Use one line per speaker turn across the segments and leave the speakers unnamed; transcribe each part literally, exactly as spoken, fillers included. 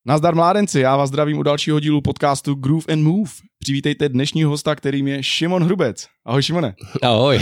Nazdar mládenci, já vás zdravím u dalšího dílu podcastu Groove and Move. Přivítejte dnešního hosta, kterým je Šimon Hrubec. Ahoj Šimone.
Ahoj.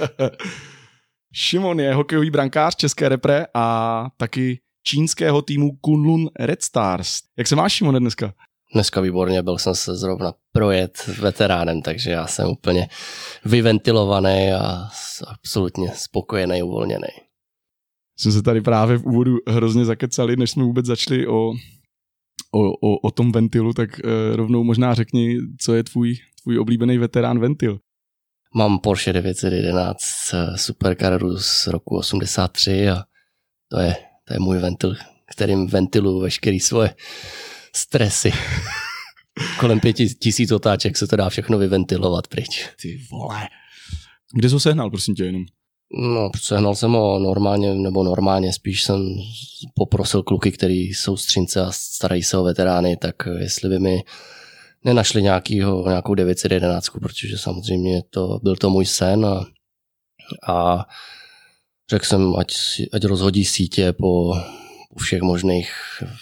Šimon je hokejový brankář české repre a taky čínského týmu Kunlun Red Stars. Jak se máš, Šimone, dneska?
Dneska výborně, byl jsem se zrovna projet veteránem, takže já jsem úplně vyventilovaný a absolutně spokojený, uvolněný.
Jsme se tady právě v úvodu hrozně zakecali, než jsme vůbec začali o, o, o, o tom ventilu, tak uh, rovnou možná řekni, co je tvůj, tvůj oblíbený veterán ventil.
Mám Porsche devět set jedenáct Supercaru z roku osmdesát tři a to je, to je můj ventil, kterým ventiluju veškerý svoje stresy. Kolem pěti tisíc otáček se to dá všechno vyventilovat pryč.
Ty vole. Kde jsi ho sehnal, prosím tě, jenom?
No, sehnal jsem ho normálně, nebo normálně, spíš jsem poprosil kluky, kteří jsou střince a starají se o veterány, tak jestli by mi nenašli nějakýho, nějakou devět set jedenáct, protože samozřejmě to byl to můj sen a, a řekl jsem, ať, ať rozhodí sítě po, po všech možných,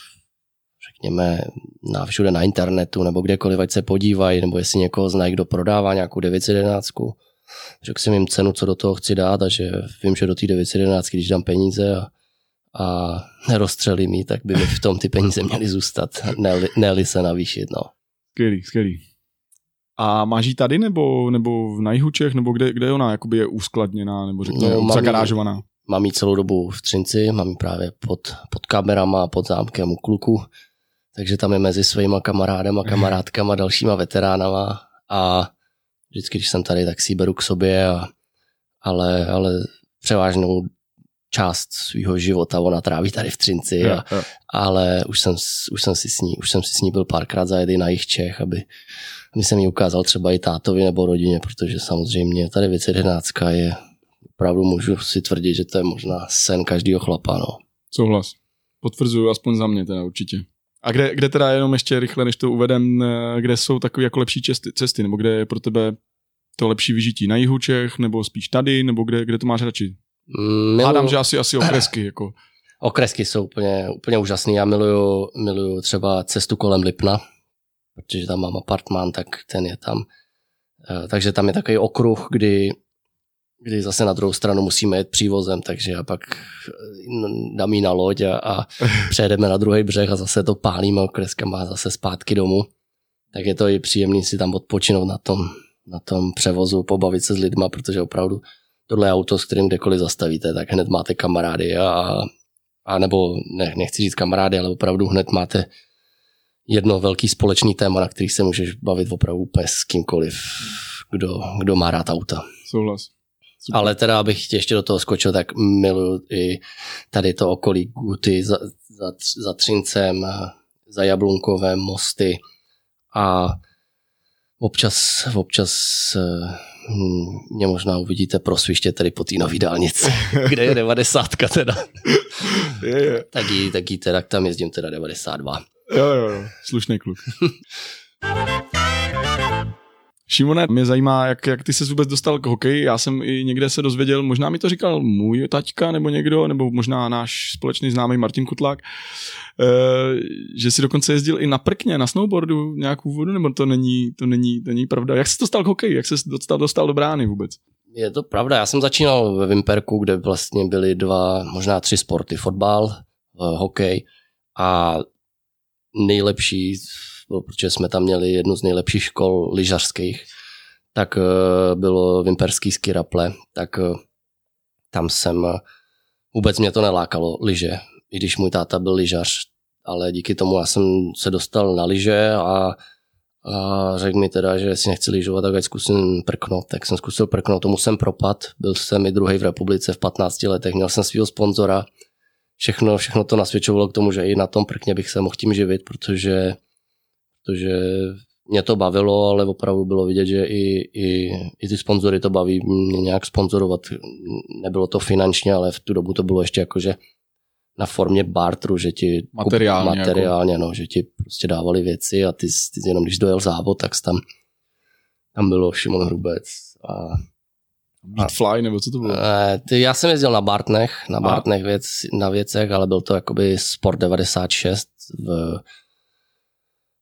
řekněme, na, všude na internetu nebo kdekoliv, ať se podívají, nebo jestli někoho znají, kdo prodává nějakou devět set jedenáct. Řekl jsem jim cenu, co do toho chci dát a že vím, že do té devět set jedenáct, když dám peníze a, a nerozstřelím jí, tak by mi v tom ty peníze měly zůstat, ne-li se navýšit. No.
Skvělý, skvělý. A máš ji tady nebo, nebo na jihu Čech, nebo kde, kde ona jakoby je uskladněná, nebo řekněme no, zagarážovaná?
Mám ji celou dobu v Třinci, mám ji právě pod, pod kamerama a pod zámkem u kluku, takže tam je mezi svýma kamarádama, kamarádkama, dalšíma veteránama a vždycky, když jsem tady, tak si ji beru k sobě, a, ale, ale převážnou část svýho života ona tráví tady v Třinci, a, yeah, yeah. ale už jsem, už, jsem si s ní, už jsem si s ní byl párkrát zajet na jih Čech, aby, aby jsem ji ukázal třeba i tátovi nebo rodině, protože samozřejmě ta devět set jedenáct je, opravdu můžu si tvrdit, že to je možná sen každýho chlapa. No.
Souhlas. Potvrzuju, aspoň za mě teda určitě. A kde, kde teda jenom ještě rychle, než to uvedem, kde jsou takové jako lepší cesty, cesty, nebo kde je pro tebe to lepší vyžití? Na jihu Čech, nebo spíš tady, nebo kde, kde to máš radši?
Milu...
Hádám, že asi, asi okresky. Jako.
Okresky jsou úplně, úplně úžasný. Já miluju, miluju třeba cestu kolem Lipna, protože tam mám apartmán, tak ten je tam. Takže tam je takový okruh, kdy kdy zase na druhou stranu musíme jet přívozem, takže já pak dám jí na loď a, a přejedeme na druhý břeh a zase to pálíme okreskama a zase zpátky domů. Tak je to i příjemný si tam odpočinout na tom, na tom převozu, pobavit se s lidma, protože opravdu tohle auto, s kterým kdekoliv zastavíte, tak hned máte kamarády a, a nebo ne, nechci říct kamarády, ale opravdu hned máte jedno velký společný téma, na který se můžeš bavit opravdu úplně s kýmkoliv, kdo, kdo má rád auta.
Souhlas. Super.
Ale teda, abych ještě do toho skočil, tak miluji i tady to okolí Guty za, za, za Třincem, za Jablunkovem, Mosty a občas, občas mě možná uvidíte prosviště tady po té nový dálnici, kde je devadesátka teda.
je, je.
Tak jí, tak jí teda, tam jezdím teda devadesát dva.
Jo, jo, jo, slušný kluk. Šimone, mě zajímá, jak, jak ty ses vůbec dostal k hokeji. Já jsem i někde se dozvěděl, možná mi to říkal můj taťka nebo někdo, nebo možná náš společný známý Martin Kutlák, že si dokonce jezdil i na prkně, na snowboardu nějakou vodu, nebo to není, to není, to není pravda. Jak jsi dostal k hokeji? Jak jsi dostal, dostal do brány vůbec?
Je to pravda, já jsem začínal ve Vimperku, kde vlastně byly dva, možná tři sporty, fotbal, hokej a nejlepší, protože jsme tam měli jednu z nejlepších škol lyžařských, tak bylo Vimperský ski Raple, tak tam jsem, vůbec mě to nelákalo, lyže, i když můj táta byl lyžař, ale díky tomu já jsem se dostal na lyže a, a řekl mi teda, že si nechci lyžovat, tak ať zkusím prknout, tak jsem zkusil prknout, tomu jsem propad, byl jsem i druhý v republice v patnácti letech, měl jsem svýho sponzora, všechno, všechno to nasvědčovalo k tomu, že i na tom prkně bych se mohl tím živit, protože protože mě to bavilo, ale opravdu bylo vidět, že i, i, i ty sponzory to baví mě nějak sponzorovat. Nebylo to finančně, ale v tu dobu to bylo ještě jako, že na formě bartru, že ti
materiálně,
materiálně jako. No, že ti prostě dávali věci a ty, ty jenom když dojel závod, tak tam, tam bylo Šimon Hrubec a
Beatfly, nebo co to bylo?
Ty, já jsem jezdil na Bartnech, na Bartnech věc, na věcech, ale byl to jakoby Sport devadesát šest v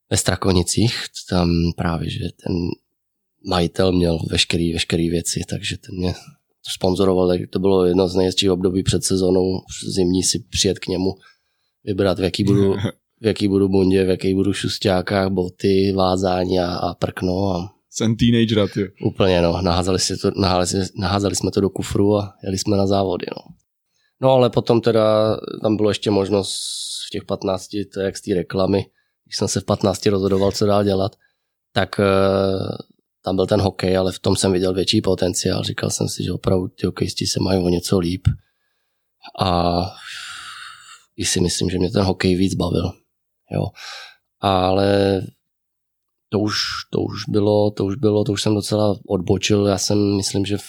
ve Strakonicích, tam právě, že ten majitel měl veškerý, veškerý věci, takže ten mě sponzoroval, tak to bylo jedno z nejhezčích období před sezónou, zimní si přijet k němu, vybrat, v jaký budu, v jaký budu bundě, v jaký budu šusťákách, boty, vázání a, a prkno. A
jsem teenager, ty.
Úplně, no, naházali, si to, naházali, naházali jsme to do kufru a jeli jsme na závody, no. No ale potom teda tam bylo ještě možnost v těch patnácti, to je jak z té reklamy, když jsem se v patnácti rozhodoval, co dál dělat, tak tam byl ten hokej, ale v tom jsem viděl větší potenciál. Říkal jsem si, že opravdu ty hokejisti se mají o něco líp. A i si myslím, že mě ten hokej víc bavil. Jo. Ale to už, to už bylo, to už bylo, to už jsem docela odbočil. Já jsem, myslím, že v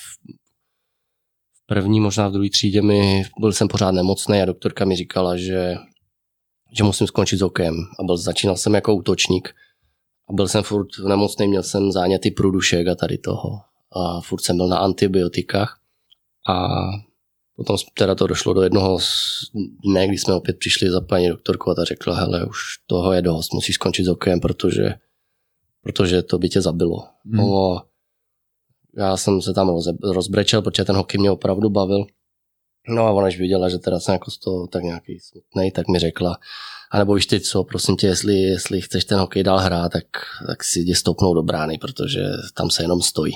první, možná v druhé třídě mi, byl jsem pořád nemocný a doktorka mi říkala, že, že musím skončit s hokejem. A byl, začínal jsem jako útočník. A byl jsem furt nemocný, měl jsem záněty průdušek a tady toho. A furt jsem byl na antibiotikách. A potom teda to došlo do jednoho dne, kdy jsme opět přišli za paní doktorku a ta řekla, hele, už toho je dost, musíš skončit s hokejem, protože, protože to by tě zabilo. Hmm. No, já jsem se tam roze, rozbrečel, protože ten hokej mě opravdu bavil. No a ona, když viděla, že teda jsem jako z toho tak nějaký smutnej, tak mi řekla, anebo víš ty co, prosím tě, jestli, jestli chceš ten hokej dál hrát, tak, tak si jdi stoupnout do brány, protože tam se jenom stojí.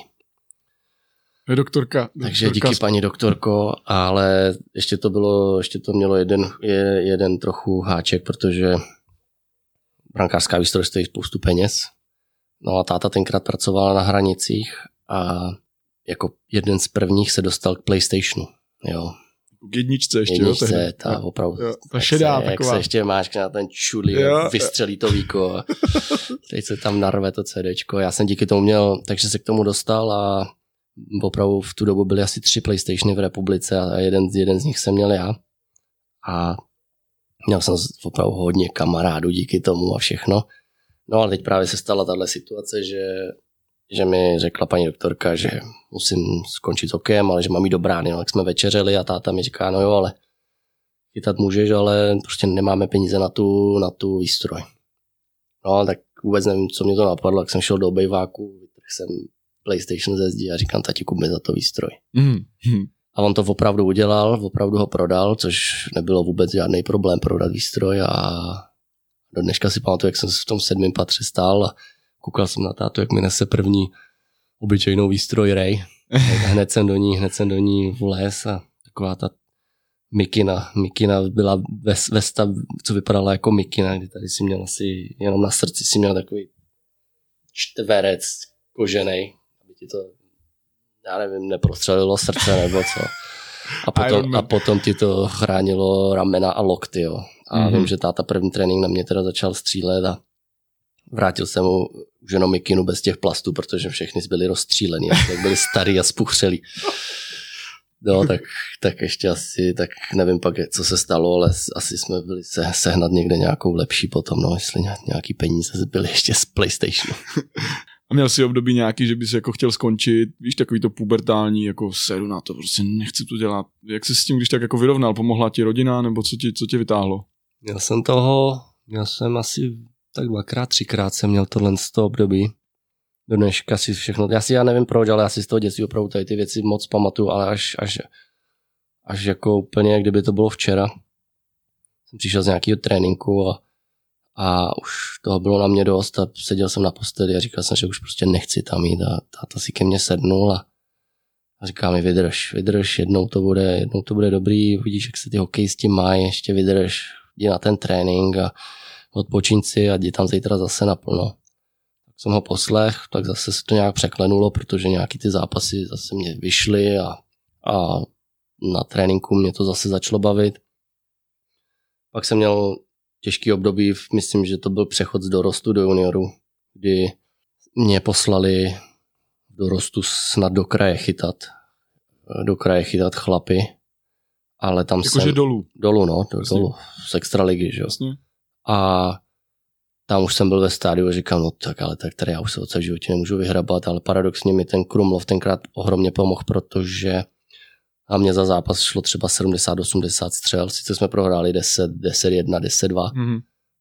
Je doktorka, doktorka.
Takže díky paní doktorko, ale ještě to bylo, ještě to mělo jeden, je, jeden trochu háček, protože brankářská výstroj stojí spoustu peněz. No a táta tenkrát pracovala na hranicích a jako jeden z prvních se dostal k PlayStationu, jo.
K jedničce ještě,
jedničce,
jo?
ta opravdu. Jo,
ta šedá
se,
taková.
Jak se ještě máš na ten čudlí, vystřelí to víko a teď se tam narve to CDčko. Já jsem díky tomu měl, takže se k tomu dostal a opravdu v tu dobu byly asi tři PlayStationy v republice a jeden, jeden z nich jsem měl já. A měl jsem opravdu hodně kamarádů díky tomu a všechno. No ale teď právě se stala tahle situace, že, že mi řekla paní doktorka, že musím skončit s hokejem, ale že mám jít do brány. No, tak jsme večeřeli a táta mi říká, no jo, ale chytat můžeš, ale prostě nemáme peníze na tu, na tu výstroj. No tak vůbec nevím, co mě to napadlo, tak jsem šel do obejváku, vytrhl jsem PlayStation ze zdi a říkám, tati, kup mi za to výstroj. Mm. A on to opravdu udělal, opravdu ho prodal, což nebylo vůbec žádný problém prodat výstroj a do dneška si pamatuju, jak jsem v tom sedmém patře stál a koukal jsem na tátu, jak mi nese první obyčejnou výstroj Ray. Hned jsem do ní, hned jsem do ní vlez a taková ta mikina. Mikina byla vesta, co vypadala jako mikina, kdy tady si měl asi, jenom na srdci si měl takový čtverec koženej, aby ti to, já nevím, neprostřelilo srdce nebo co. A potom, a potom ti to chránilo ramena a lokty, jo. A mm-hmm. vím, že táta první trénink na mě teda začal střílet a vrátil jsem mu už jenom mikinu bez těch plastů, protože všechny byly rozstřílený, tak byly starý a spuchřelý. No, tak, tak ještě asi, tak nevím pak, co se stalo, ale asi jsme byli se, sehnat někde nějakou lepší potom, no, jestli nějaký peníze byly ještě z PlayStationu.
A měl jsi období nějaký, že bys jako chtěl skončit, víš, takový to pubertální, jako seru na to, prostě nechci to dělat. Jak jsi s tím, když tak jako vyrovnal, pomohla ti rodina, nebo co ti, co tě vytáhlo?
Měl jsem toho, měl jsem asi tak dvakrát, třikrát jsem měl tohle z toho období. Do dneška si všechno, já si já nevím proč, ale já si z toho dětství opravdu tady ty věci moc pamatuju, ale až, až, až jako úplně, kdyby to bylo včera. Jsem přišel z nějakého tréninku a, a už toho bylo na mě dost a seděl jsem na posteli a říkal jsem, že už prostě nechci tam jít a táta si ke mně sednul a, a říká mi vydrž, vydrž, jednou to bude, jednou to bude dobrý, vidíš, jak se ty hokejisti mají, ještě vydrž, jdi na ten trénink a odpočiň si a jdi tam zítra zase naplno. Jsem ho poslech, tak zase se to nějak překlenulo, protože nějaký ty zápasy zase mě vyšly a, a na tréninku mě to zase začalo bavit. Pak jsem měl těžký období, myslím, že to byl přechod z dorostu do junioru, kdy mě poslali v dorostu snad do kraje chytat, do kraje chytat chlapy, ale tam
jako
jsem...
dolů.
Dolů, no, do, dolů, z extraligy, že jo. A tam už jsem byl ve stádiu a říkal, no tak ale tak tady já už se od v životě nemůžu vyhrabat, ale paradoxně mi ten Krumlov tenkrát ohromně pomohl, protože a mě za zápas šlo třeba sedmdesát osmdesát střel, sice jsme prohráli deset jedna, deset dva, mm-hmm.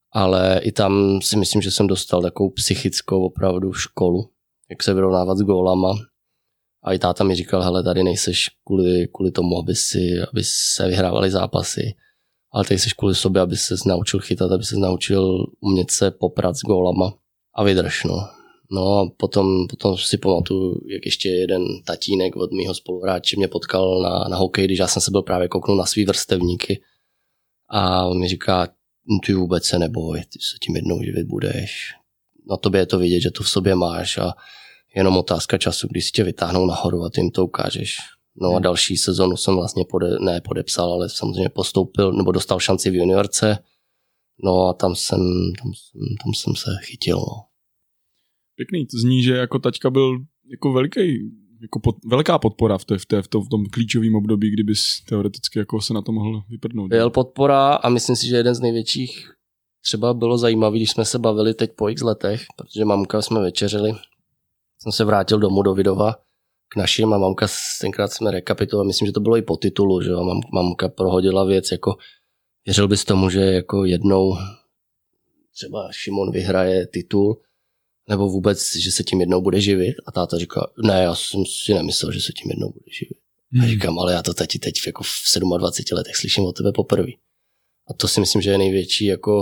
ale i tam si myslím, že jsem dostal takovou psychickou opravdu školu, jak se vyrovnávat s gólama. A i táta mi říkal, hele, tady nejseš kvůli, kvůli tomu, aby, si, aby se vyhrávaly zápasy, ale tady jsi kvůli sobě, aby se naučil chytat, aby se naučil umět se poprat s gólama a vydrž, no. No a potom, potom si pamatuju, jak ještě jeden tatínek od mýho spoluhráče mě potkal na, na hokej, když já jsem se byl právě kouknul na svý vrstevníky a on mi říká, ty vůbec se neboj, ty se tím jednou živit budeš. Na tobě je to vidět, že to v sobě máš a jenom otázka času, když si tě vytáhnou nahoru a ty jim to ukážeš. No a další sezonu jsem vlastně pode, ne podepsal, ale samozřejmě postoupil, nebo dostal šanci v juniorce. No a tam jsem, tam jsem, tam jsem se chytil. No.
Pěkný, to zní, že jako taťka byl jako veliký, jako pod, velká podpora v, té, v, té, v, tom, v tom klíčovém období, kdybys teoreticky jako se na to mohl vyprdnout.
Byl podpora a myslím si, že jeden z největších třeba bylo zajímavý, když jsme se bavili teď po x letech, protože mamka jsme večeřili, jsem se vrátil domů do Vidova k našim a mamka, tenkrát jsme rekapitulovali, myslím, že to bylo i po titulu, že Mam, mamka prohodila věc, jako věřil bys tomu, že jako jednou třeba Šimon vyhraje titul, nebo vůbec, že se tím jednou bude živit. A táta říká, ne, já jsem si nemyslel, že se tím jednou bude živit. Hmm. A říkám, ale já to teď, teď jako v dvaceti sedmi letech slyším od tebe poprvé. A to si myslím, že je největší jako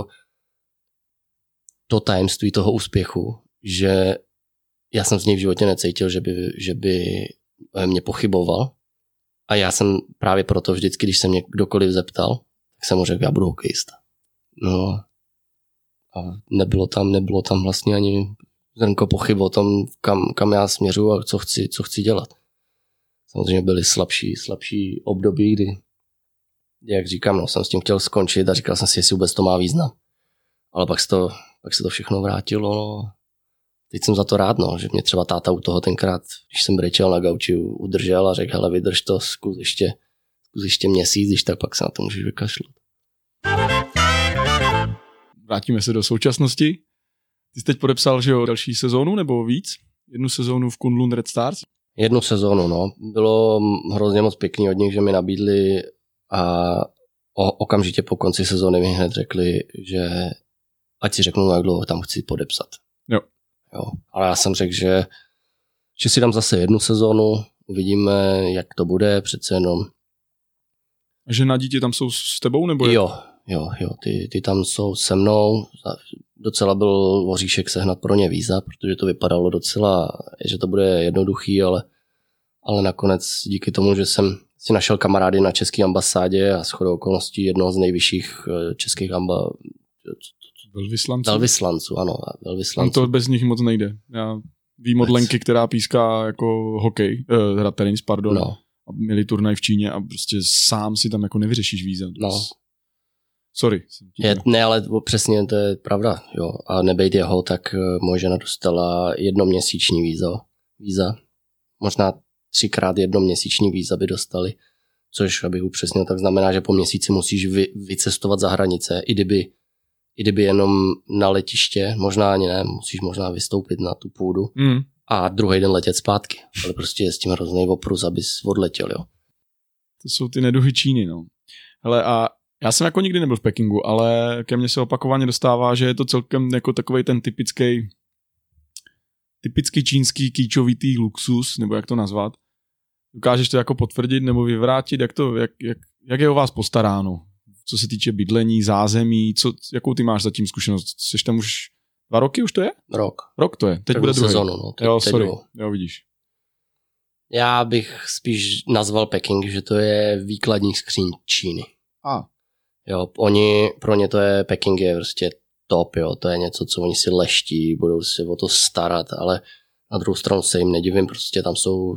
to tajemství toho úspěchu, že já jsem z něj v životě necítil, že by, že by mě pochyboval. A já jsem právě proto vždycky, když se mě kdokoliv zeptal, tak jsem mu řekl, já budu hokejista. No a nebylo tam, nebylo tam vlastně ani zrnko pochyb o tom, kam, kam já směřuji a co chci, co chci dělat. Samozřejmě byly slabší, slabší období, kdy, jak říkám, no, jsem s tím chtěl skončit a říkal jsem si, jestli vůbec to má význam. Ale pak se to, pak se to všechno vrátilo. No. Teď jsem za to rád, no, že mě třeba táta u toho tenkrát, když jsem brečel na gauči, udržel a řekl, hele, vydrž to, zkus ještě, zkus ještě měsíc, když tak pak se na to můžeš vykašlat.
Vrátíme se do současnosti. Ty jsi teď podepsal, že jo, další sezónu nebo víc? Jednu sezónu v Kunlun Red Stars?
Jednu sezónu, no. Bylo hrozně moc pěkný od nich, že mi nabídli a o, okamžitě po konci sezóny mi hned řekli, že ať si řeknu, jak dlouho tam chci podepsat.
Jo.
Jo. Ale já jsem řekl, že, že si dám zase jednu sezónu, uvidíme, jak to bude, přece jenom.
A že na dítě tam jsou s tebou? Nebo
jo, jo, jo, ty, ty tam jsou se mnou. Docela byl oříšek sehnat pro ně víza, protože to vypadalo docela, že to bude jednoduchý, ale, ale nakonec díky tomu, že jsem si našel kamarády na české ambasádě a shodou okolností jednoho z nejvyšších českých amba...
Velvyslanců.
Velvyslanců, ano. Velvyslanců.
Tam to bez nich moc nejde. Já vím od Lenky, která píská jako hokej, eh, teda tenis, pardon.
No.
A měli turnaj v Číně a prostě sám si tam jako nevyřešíš víza.
No.
Sorry.
Je, ne, ale přesně to je pravda. Jo. A nebejt jeho, tak moje žena dostala jednoměsíční vízo. víza. Možná třikrát jednoměsíční víza by dostali, což, abych upřesnil, tak znamená, že po měsíci musíš vy, vycestovat za hranice, i kdyby, i kdyby jenom na letiště, možná ani ne, musíš možná vystoupit na tu půdu
mm.
a druhý den letět zpátky. Ale prostě je s tím hrozný oprus, abys odletěl, jo.
To jsou ty neduhy Číny, no. Hele, a já jsem jako nikdy nebyl v Pekingu, ale ke mně se opakovaně dostává, že je to celkem jako takovej ten typický typický čínský kýčovitý luxus, nebo jak to nazvat. Dokážeš to jako potvrdit nebo vyvrátit, jak, to, jak, jak, jak je o vás postaráno? Co se týče bydlení, zázemí, co, jakou ty máš zatím zkušenost? Jsi tam už dva roky už to je?
Rok.
Rok to je, teď
První
bude druhý.
Sezonu, no, teď,
jo,
teď
sorry,
dvou.
jo, vidíš.
Já bych spíš nazval Peking, že to je výkladní skříň Číny.
A.
Jo, oni, pro ně to je, Peking je prostě top, jo, to je něco, co oni si leští, budou se o to starat, ale na druhou stranu se jim nedivím, prostě tam jsou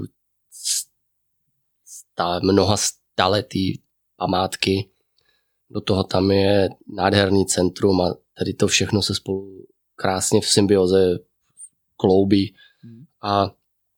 sta, mnoha staletý památky, do toho tam je nádherný centrum a tady to všechno se spolu krásně v symbioze kloubí. Hmm. A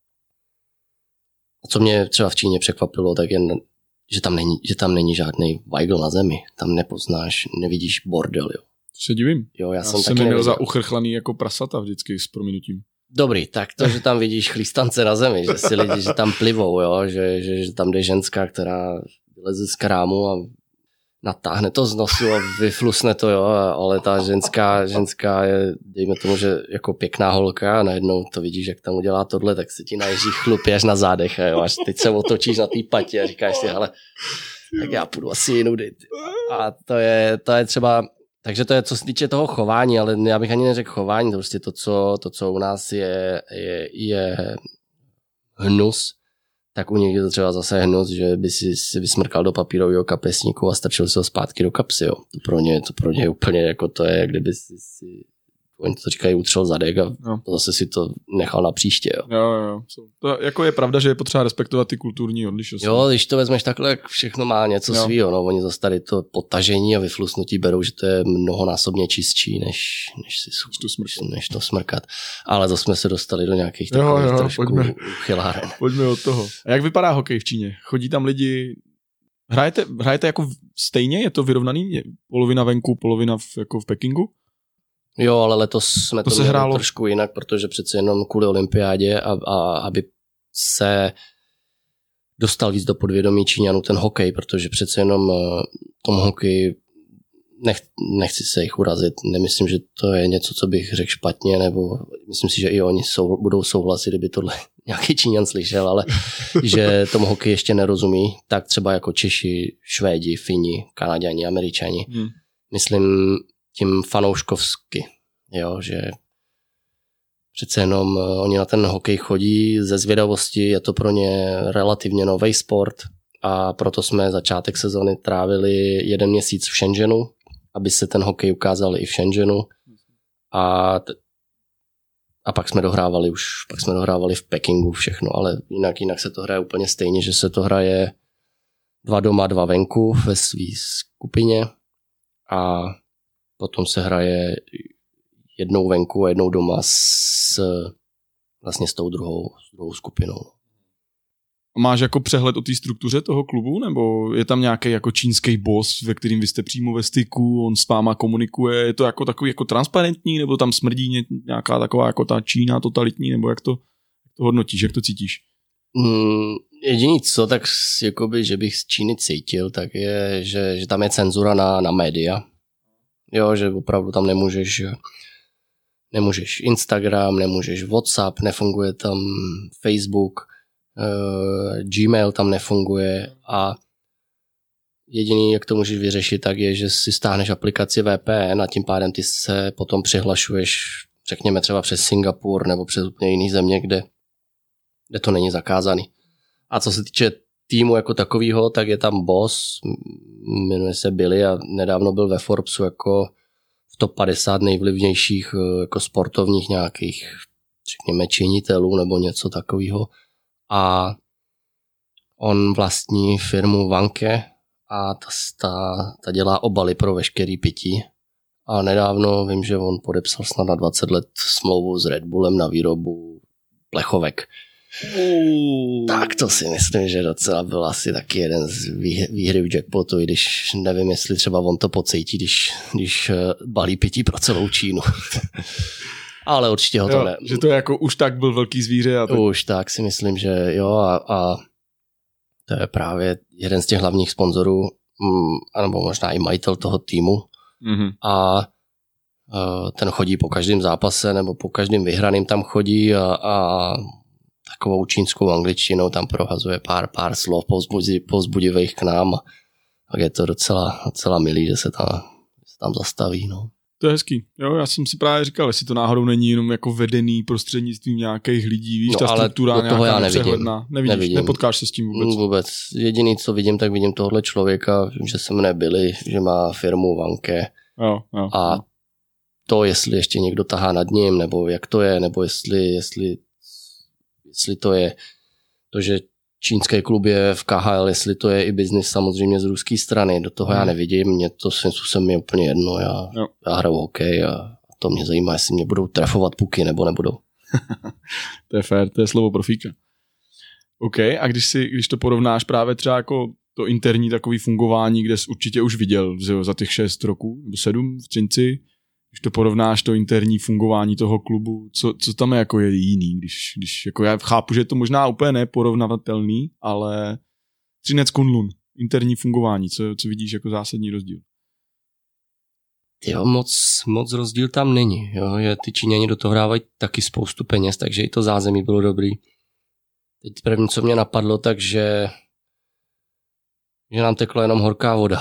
co mě třeba v Číně překvapilo, tak je, že tam není, že tam není žádný Weigl na zemi. Tam nepoznáš, nevidíš bordel, jo.
Se divím.
Jo, já, já jsem,
jsem
taky
měl za uchrchlaný jako prasata vždycky s prominutím.
Dobrý, tak to, že tam vidíš chlístance na zemi, že si lidi, že tam plivou, jo, že, že, že tam jde ženská, která vyleze z krámu a natáhne to z nosu a vyflusne to, jo, ale ta ženská, ženská je, dejme tomu, že jako pěkná holka a najednou to vidíš, jak tam udělá tohle, tak se ti naježí chlupy až na zádech a jo, až teď se otočíš na té patě a říkáš si, hele, tak já půjdu asi jinudy. A to je, to je třeba, takže to je, co se týče toho chování, ale já bych ani neřekl chování, to prostě to, co, to, co u nás je, je, je hnus, tak u nich je to třeba zase hnus, že by si, si vysmrkal do papírového kapesníku a strčil si ho zpátky do kapsy. Jo. To pro ně, to pro ně úplně jako to je, kdyby si, si oni to říkají, utřel zadek a no. To zase si to nechal na příště. Jo.
Jo, jo. To jako je pravda, že je potřeba respektovat ty kulturní odlišnosti.
Jo, když to vezmeš takhle, jak všechno má něco jo. svýho. No. Oni zase tady to potažení a vyflusnutí berou, že to je mnohonásobně čistší, než, než, si, to smrkat. než to smrkat. Ale zase jsme se dostali do nějakých takových jo, jo, trošku pojďme, chyláren.
Pojďme od toho. A jak vypadá hokej v Číně? Chodí tam lidi... Hrajete, hrajete jako stejně? Je to vyrovnaný? Je polovina venku, polovina v, jako v Pekingu?
Jo, ale letos jsme to, to měli hrálo trošku jinak, protože přece jenom kvůli olympiádě a, a aby se dostal víc do podvědomí Číňanů ten hokej, protože přece jenom tom hokeji nech, nechci se jich urazit, nemyslím, že to je něco, co bych řekl špatně, nebo myslím si, že i oni sou, budou souhlasit, kdyby tohle nějaký Číňan slyšel, ale že tomu hokeji ještě nerozumí, tak třeba jako Češi, Švédi, Fini, Kanaďani, Američani. Hmm. Myslím tím fanouškovsky, jo, že přece jenom oni na ten hokej chodí ze zvědavosti, je to pro ně relativně nový sport a proto jsme začátek sezóny trávili jeden měsíc v Shenzhenu, aby se ten hokej ukázal i v Shenzhenu a, t- a pak jsme dohrávali už, pak jsme dohrávali v Pekingu všechno, ale jinak, jinak se to hraje úplně stejně, že se to hraje dva doma, dva venku ve své skupině a potom se hraje jednou venku a jednou doma s, vlastně s tou druhou, s druhou skupinou.
Máš jako přehled o té struktuře toho klubu, nebo je tam nějaký jako čínský boss, ve kterým vy jste přímo ve styku, on s váma komunikuje, je to jako takový jako transparentní, nebo tam smrdí nějaká taková jako ta Čína totalitní, nebo jak to, jak to hodnotíš, jak to cítíš?
Mm, jediný co, tak jakoby, že bych z Číny cítil, tak je, že, že tam je cenzura na, na média. Jo, že opravdu tam nemůžeš, nemůžeš Instagram, nemůžeš WhatsApp, nefunguje tam Facebook, uh, Gmail tam nefunguje a jediný, jak to můžeš vyřešit, tak je, že si stáhneš aplikaci V P N a tím pádem ty se potom přihlašuješ, řekněme třeba přes Singapur nebo přes úplně jiný země, kde, kde to není zakázaný. A co se týče týmu jako takovýho, tak je tam boss, jmenuje se Billy a nedávno byl ve Forbesu jako v top padesát nejvlivnějších jako sportovních nějakých, řekněme, činitelů nebo něco takového. A on vlastní firmu Vanke a ta, ta, ta dělá obaly pro veškerý pití. A nedávno vím, že on podepsal snad na dvacet let smlouvu s Red Bullem na výrobu plechovek. Uh. Tak to si myslím, že docela byl asi taky jeden z výhry v jackpotu, i když nevím, jestli třeba on to pocítí, když, když balí pití pro celou Čínu. Ale určitě ho to
jo,
ne.
Že to jako už tak byl velký zvíře. A tak...
Už tak si myslím, že jo a, a to je právě jeden z těch hlavních sponzorů, anebo možná i majitel toho týmu. Mm-hmm. A ten chodí po každém zápase nebo po každém vyhraným tam chodí a, a takovou čínskou angličtinou tam prohazuje pár, pár slov povzbudivých k nám a tak je to docela, docela milý, že se tam, se tam zastaví. No.
To je hezký. Jo, já jsem si právě říkal, jestli to náhodou není jenom jako vedený prostřednictvím nějakých lidí, víš, no, ta struktura nějaká nepřehledná. Nevidíš, nevidím. Nepotkáš se s tím vůbec.
Vůbec. Jediný, co vidím, tak vidím tohle člověka, že se mne Billy, že má firmu Vanke
jo, jo.
a to, jestli ještě někdo tahá nad ním, nebo jak to je, nebo jestli, jestli, jestli to je to, že čínský klub je v K H L, jestli to je i biznis samozřejmě z ruské strany, do toho hmm. já nevidím, mě to svým způsobem je úplně jedno, já, já hraju hokej a to mě zajímá, jestli mě budou trefovat puky nebo nebudou.
To je fér, to je slovo profíka. OK, a když, si, když to porovnáš právě třeba jako to interní takový fungování, kde jsi určitě už viděl že za těch šest roků, nebo sedm v Třinci, když to porovnáš to interní fungování toho klubu, co, co tam je jako je jiný, když, když jako já chápu, že je to možná úplně neporovnavatelný, ale Třinec Kunlun, interní fungování, co, co vidíš jako zásadní rozdíl?
Jo, moc, moc rozdíl tam není. Jo. Je, ty Číňani do toho hrávají taky spoustu peněz, takže i to zázemí bylo dobrý. Teď první, co mě napadlo, takže že nám tekla jenom horká voda.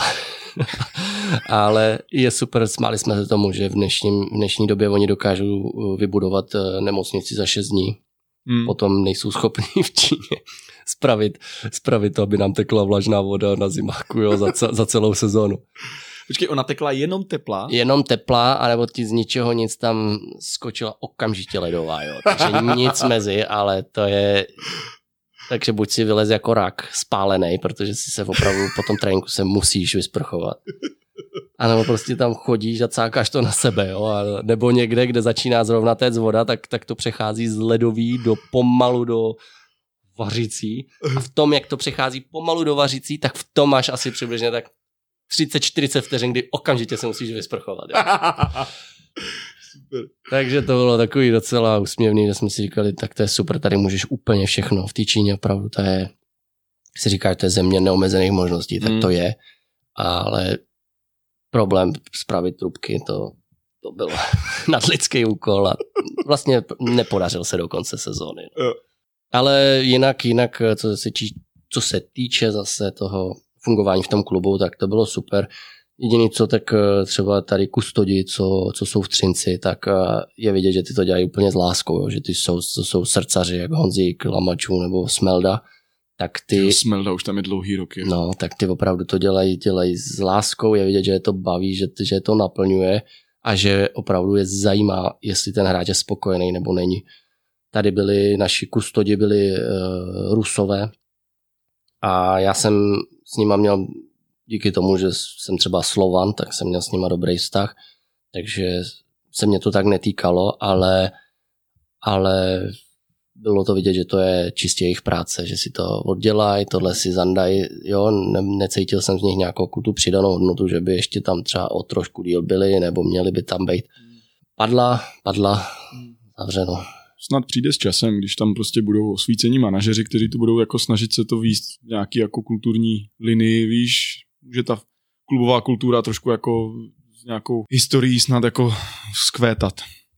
Ale je super, smáli jsme se tomu, že v, dnešním, v dnešní době oni dokážou vybudovat nemocnici za šest dní. Hmm. Potom nejsou schopní v Číně spravit, spravit to, aby nám tekla vlažná voda na zimáku, jo, za, ce, za celou sezónu.
Počkej, ona tekla jenom teplá?
Jenom teplá, anebo ti z ničeho nic tam skočila okamžitě ledová, jo. Takže nic mezi, ale to je... Takže buď si vylez jako rak spálený, protože si se opravdu po tom tréninku se musíš vysprchovat. A nebo prostě tam chodíš a cákáš to na sebe, jo. A nebo někde, kde začíná zrovna téct voda, tak, tak to přechází z ledový do pomalu do vařící. A v tom, jak to přechází pomalu do vařící, tak v tom máš asi přibližně tak třicet čtyřicet vteřin, kdy okamžitě se musíš vysprchovat. Jo. Super. Takže to bylo takový docela úsměvný, že jsme si říkali, tak to je super, tady můžeš úplně všechno. V té Číně opravdu to je, si říkáš, to je země neomezených možností, tak mm. to je, ale problém spravit trubky, to, to bylo nadlidský úkol a vlastně nepodařil se do konce sezóny. No. Ale jinak, jinak co se, co se týče zase toho fungování v tom klubu, tak to bylo super. Jediný co, tak třeba tady kustodi, co, co jsou v Třinci, tak je vidět, že ty to dělají úplně s láskou, jo? Že ty jsou, to jsou srdcaři, jak Honzík, Lamačů nebo Smelda. Tak ty,
Smelda už tam je dlouhý roky.
No, tak ty opravdu to dělají, dělají s láskou, je vidět, že je to baví, že, že to naplňuje a že opravdu je zajímá, jestli ten hráč je spokojený nebo není. Tady byli, naši kustodi byli uh, Rusové a já jsem s nima měl díky tomu, že jsem třeba Slovan, tak jsem měl s nima dobrý vztah, takže se mě to tak netýkalo, ale, ale bylo to vidět, že to je čistě jejich práce, že si to oddělají, tohle si zandají, jo, ne, necítil jsem z nich nějakou tu přidanou hodnotu, že by ještě tam třeba o trošku díl byli, nebo měli by tam být. Padla, padla, zavřeno.
Snad přijde s časem, když tam prostě budou osvícení manažeři, kteří tu budou jako snažit se to víc v nějaký jako kulturní linii, víš, že ta klubová kultura trošku jako s nějakou historií snad jako zkvétat.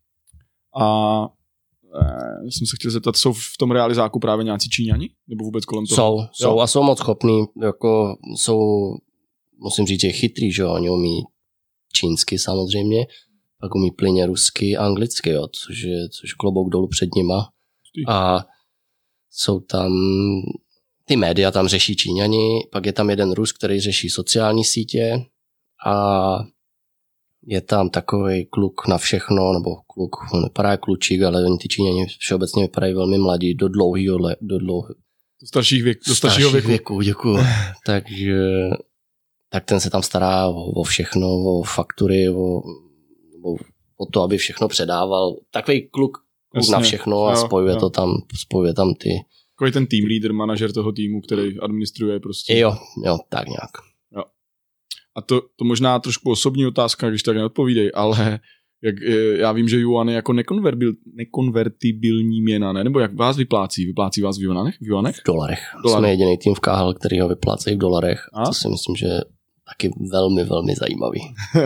A e, jsem se chtěl zeptat, jsou v tom realizáku právě nějací Číňani? Nebo vůbec kolem toho?
Jsou, jsou a jsou moc schopní, jako jsou, musím říct, že chytrý, že oni umí čínsky samozřejmě, pak umí plyně rusky a anglicky, jo, což je což klobouk dolů před nima. A jsou tam, ty média tam řeší Číňani, pak je tam jeden Rus, který řeší sociální sítě a je tam takový kluk na všechno, nebo kluk, on nevypadá jak klučík, ale oni ty Číňani všeobecně vypadají velmi mladí, do dlouhýho, do dlouhého.
Do starších věk, do staršího věku.
věku. Děkuju. Takže tak ten se tam stará o, o všechno, o faktury, o, o, o to, aby všechno předával. Takový kluk, kluk na všechno a jo, spojuje jo. to tam, spojuje tam ty.
Takový ten team leader, manažer toho týmu, který administruje prostě.
Jo, jo, tak nějak.
Jo. A to, to možná trošku osobní otázka, když tak neodpovídej, ale jak, já vím, že Yuan je jako nekonvertibilní měna, ne? Nebo jak vás vyplácí? Vyplácí vás v Yuanech? V, Yuanech?
V dolarech. dolarech. Jsme jediný tým v K H L, který ho vyplácejí v dolarech. A? To si myslím, že je taky velmi, velmi zajímavý.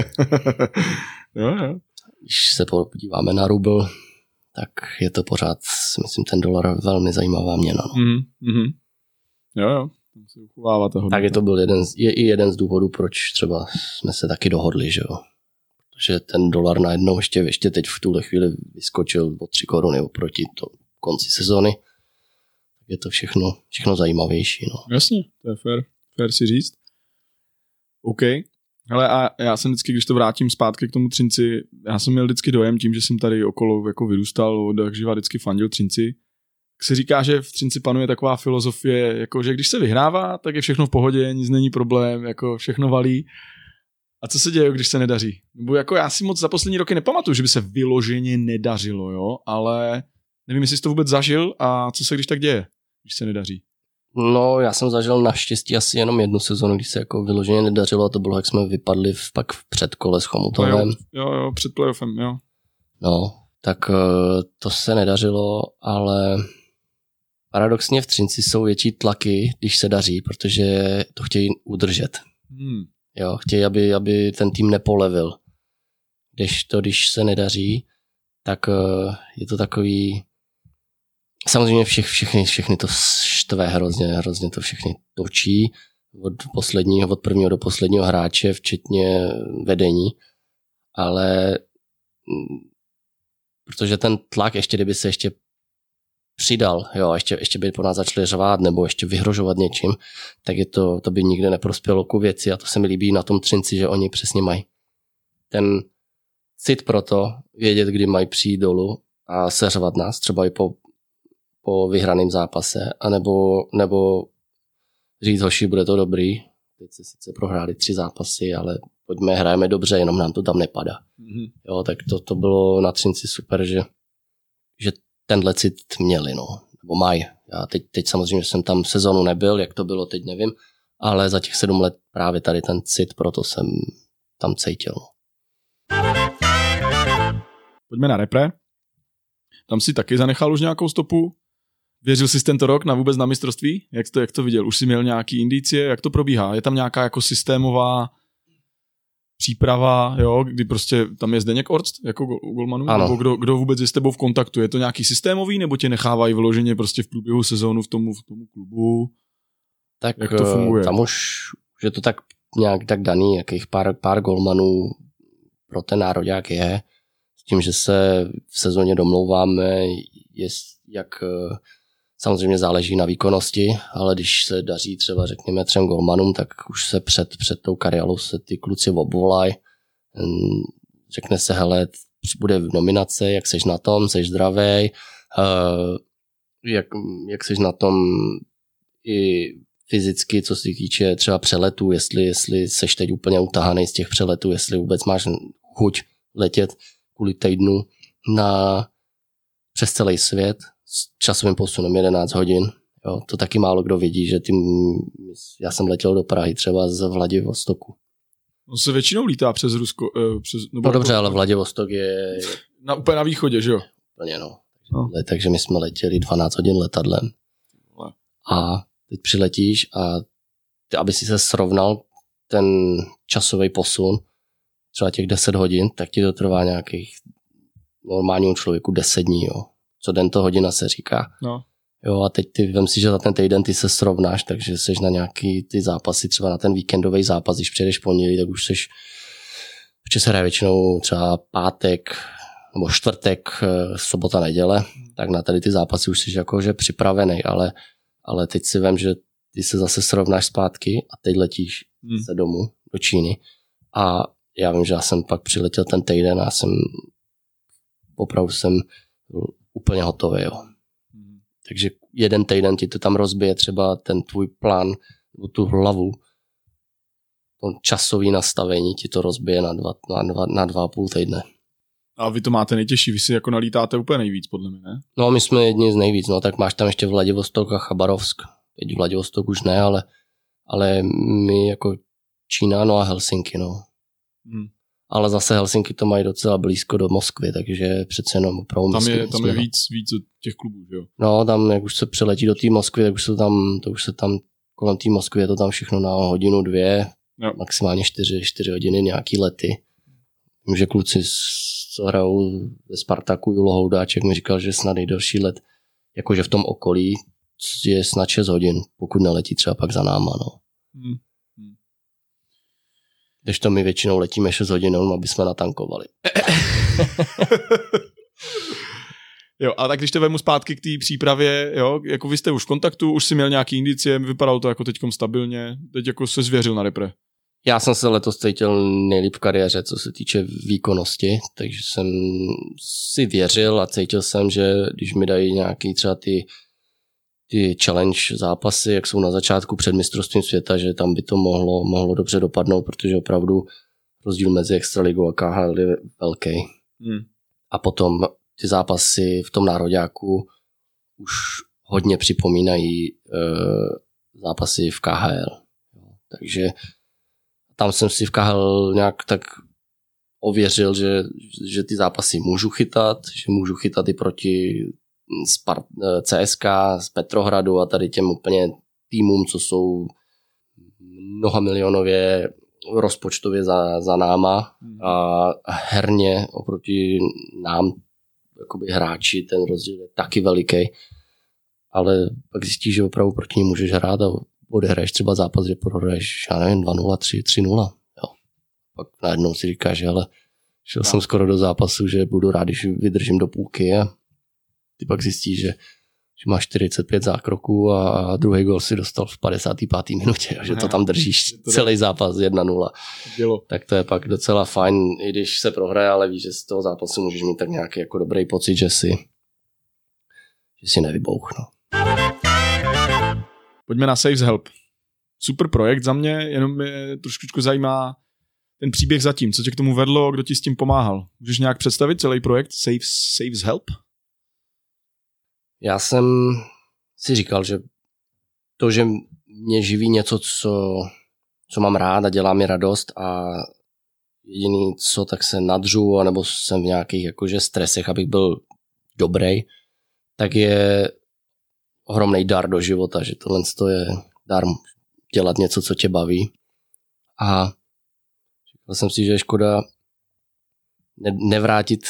jo, jo.
Když se podíváme na rubl, tak je to pořád, myslím, ten dolar velmi zajímavá měna. No.
Mm-hmm. Jo, jo. Se uchovává toho.
Tak je to byl jeden, je i jeden z důvodů, proč třeba jsme se taky dohodli, že jo. Že ten dolar najednou ještě, ještě teď v tuhle chvíli vyskočil o tři koruny oproti to konci sezony. Je to všechno, všechno zajímavější. No.
Jasně, to je fair, fair si říct. OK. Hele, a já jsem vždycky, když to vrátím zpátky k tomu Třinci, já jsem měl vždycky dojem tím, že jsem tady okolo jako vyrůstal, od jak živa vždycky fandil Třinci. Tak se říká, že v Třinci panuje taková filozofie, jako že když se vyhrává, tak je všechno v pohodě, nic není problém, jako všechno valí. A co se děje, když se nedaří? Nebo jako já si moc za poslední roky nepamatuju, že by se vyloženě nedařilo, jo, ale nevím, jestli jsi to vůbec zažil a co se když tak děje, když se nedaří.
No, já jsem zažil naštěstí asi jenom jednu sezonu, když se jako vyloženě nedařilo a to bylo, jak jsme vypadli v, pak v předkole s Chomutovem.
Jo, jo, před playoffem, jo.
No, tak to se nedařilo, ale paradoxně v Třinci jsou větší tlaky, když se daří, protože to chtějí udržet.
Hmm.
Jo, chtějí, aby, aby ten tým nepolevil. Když to, když se nedaří, tak je to takový... Samozřejmě všech, všechny, všechny to štve hrozně, hrozně to všechny točí od posledního, od prvního do posledního hráče, včetně vedení, ale protože ten tlak, ještě kdyby se ještě přidal, jo, ještě, ještě by po nás začali řvát nebo ještě vyhrožovat něčím, tak je to, to by nikde neprospělo ku věci a to se mi líbí na tom Třinci, že oni přesně mají ten cit pro to, vědět, kdy mají přijít dolů a seřvat nás, třeba i po, po vyhraném zápase, anebo, nebo říct, hoši, bude to dobrý, teď se sice prohráli tři zápasy, ale pojďme, hrajeme dobře, jenom nám to tam nepadá. Mm-hmm. Jo, tak to, to bylo na Třinci super, že, že tenhle cit měli, no, nebo mají. Já teď, teď samozřejmě jsem tam sezonu nebyl, jak to bylo, teď nevím, ale za těch sedm let právě tady ten cit, proto jsem tam cítil.
Pojďme na repre. Tam si taky zanechal už nějakou stopu. Věřil jsi tento rok na vůbec na mistrovství? Jak to, jak to viděl? Už jsi měl nějaký indicie? Jak to probíhá? Je tam nějaká jako systémová příprava, jo, kdy prostě tam je Zdeněk Orct jako golmanu? Nebo kdo, kdo vůbec je s tebou v kontaktu? Je to nějaký systémový, nebo tě nechávají vyloženě prostě v průběhu sezónu v tomu, v tomu klubu?
Tak
jak to funguje?
Tam už je to tak nějak tak daný, jakých pár, pár golmanů pro ten nároďák je. S tím, že se v sezóně domlouváme, je, jak samozřejmě záleží na výkonnosti, ale když se daří třeba řekněme třem golmanům, tak už se před, před tou kariálou se ty kluci obvolají. Řekne se, hele, bude nominace, jak seš na tom, seš zdravej, jak, jak seš na tom i fyzicky, co se týče třeba přeletů, jestli, jestli seš teď úplně utahaný z těch přeletů, jestli vůbec máš chuť letět kvůli týdnu na, přes celý svět s časovým posunem jedenáct hodin. Jo, to taky málo kdo vidí, že tím, já jsem letěl do Prahy třeba z Vladivostoku.
On se většinou lítá přes Rusko. Eh, přes,
nebo no dobře, ale Vladivostok je...
Na, úplně na východě, že jo?
Úplně no. no. Takže my jsme letěli dvanáct hodin letadlem. A teď přiletíš a ty, aby si se srovnal ten časový posun, třeba těch deset hodin, tak ti to trvá nějakých normálního člověku deset dní, jo. Co den to hodina se říká. No. Jo, a teď ty vem si, že za ten týden ty se srovnáš, takže seš na nějaký ty zápasy, třeba na ten víkendový zápas, když přijedeš pondělí, tak už seš, protože se hraje většinou třeba pátek nebo čtvrtek, sobota, neděle, tak na tady ty zápasy už jsi jakože připravený, ale, ale teď si vem, že ty se zase srovnáš zpátky a teď letíš hmm. se domů do Číny a já vím, že já jsem pak přiletěl ten týden a jsem opravdu jsem úplně hotový, jo. Hmm. Takže jeden týden ti to tam rozbije třeba ten tvůj plán, tu hlavu, to časové nastavení ti to rozbije na dva, na dva, na dva a půl týdne.
A vy to máte nejtěžší, vy si jako nalítáte úplně nejvíc, podle mě, ne?
No, my jsme jedni z nejvíc, no, tak máš tam ještě Vladivostok a Chabarovsk. Teď Vladivostok už ne, ale, ale my jako Čína, no a Helsinki, no. Hmm. Ale zase Helsinki to mají docela blízko do Moskvy, takže přece jenom opravdu...
Tam je, tam je víc, víc od těch klubů, jo?
No, tam, jak už se přiletí do té Moskvy, tak už se tam, to už se tam, kolem té Moskvy je to tam všechno na hodinu, dvě, jo. Maximálně čtyři, čtyři hodiny, nějaký lety. Vím, že kluci, co hrajou ve Spartaku, Julo Houdáček mi říkal, že snad nejdelší let, jakože v tom okolí je snad šest hodin, pokud neletí třeba pak za náma, no. Hmm. Když to my většinou letíme šest hodin, aby jsme natankovali.
Jo, a tak když te vemu zpátky k té přípravě, jo, jako vy jste už v kontaktu, už si měl nějaký indicie, vypadalo to jako teďkom stabilně, teď jako se zvěřil na repre.
Já jsem se letos cítil nejlíp v kariéře, co se týče výkonnosti, takže jsem si věřil a cítil jsem, že když mi dají nějaký třeba ty ty challenge zápasy, jak jsou na začátku před mistrovstvím světa, že tam by to mohlo, mohlo dobře dopadnout, protože opravdu rozdíl mezi extraligou a K H L je velký. Hmm. A potom ty zápasy v tom nároďáku už hodně připomínají e, zápasy v K H L. Takže tam jsem si v K H L nějak tak ověřil, že, že ty zápasy můžu chytat, že můžu chytat i proti z C S K, z Petrohradu a tady těm úplně týmům, co jsou mnoha milionově rozpočtově za, za náma a herně oproti nám jakoby hráči, ten rozdíl je taky veliký, ale pak zjistíš, že opravdu proti ní můžeš hrát a odehraješ třeba zápas, že prohraješ, já nevím, dva nula, tři nula. Jo. Pak najednou si říkáš, že ale šel no. jsem skoro do zápasu, že budu rád, když vydržím do půlky a ty pak zjistíš, že, že máš čtyřicet pět zákroků a, a druhý gol si dostal v padesáté páté minutě, že to tam držíš to celý zápas jedna nula. Dělo. Tak to je pak docela fajn, i když se prohraje, ale víš, že z toho zápasu můžeš mít tak nějaký jako dobrý pocit, že si, že si nevybouch. No.
Pojďme na Saves Help. Super projekt za mě, jenom mě trošku zajímá ten příběh zatím. Co tě k tomu vedlo, kdo ti s tím pomáhal? Můžeš nějak představit celý projekt Saves, Saves Help?
Já jsem si říkal, že to, že mě živí něco, co, co mám rád a dělá mi radost a jediný co, tak se nadřu, nebo jsem v nějakých jakože stresech, abych byl dobrý, tak je ohromný dar do života, že tohle je dar dělat něco, co tě baví. A říkal jsem si, že je škoda ne- nevrátit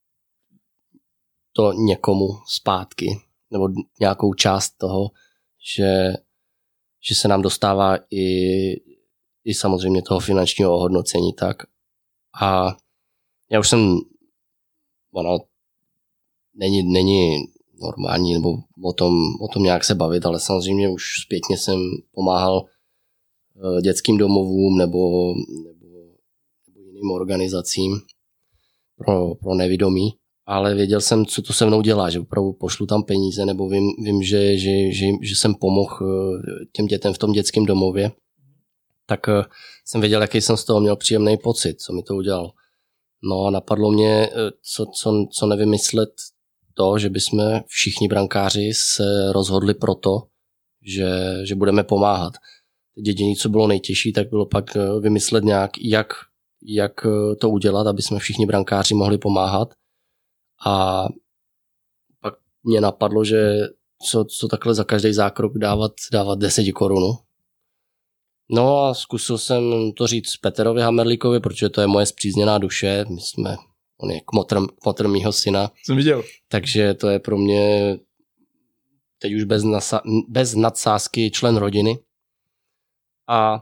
to někomu zpátky, nebo nějakou část toho, že, že se nám dostává i, i samozřejmě toho finančního ohodnocení tak. A já už jsem, ono není, není normální, nebo o tom, o tom nějak se bavit, ale samozřejmě už zpětně jsem pomáhal dětským domovům nebo, nebo, nebo jiným organizacím pro, pro nevidomí, ale věděl jsem, co to se mnou dělá, že opravdu pošlu tam peníze, nebo vím, vím že, že, že, že jsem pomohl těm dětem v tom dětském domově, tak jsem věděl, jaký jsem z toho měl příjemný pocit, co mi to udělalo. No a napadlo mě, co, co, co nevymyslet to, že bychom všichni brankáři se rozhodli pro to, že, že budeme pomáhat. Jediné, co bylo nejtěžší, tak bylo pak vymyslet nějak, jak, jak to udělat, aby jsme všichni brankáři mohli pomáhat. A pak mě napadlo, že co, co takhle za každý zákrok dávat, dávat deset korun. No a zkusil jsem to říct Peterovi Hamerlíkovi, protože to je moje spřízněná duše. My jsme, on je kmotr, kmotr mýho syna.
Jsem viděl. Takže
to je pro mě teď už bez, nasa, bez nadsázky člen rodiny. A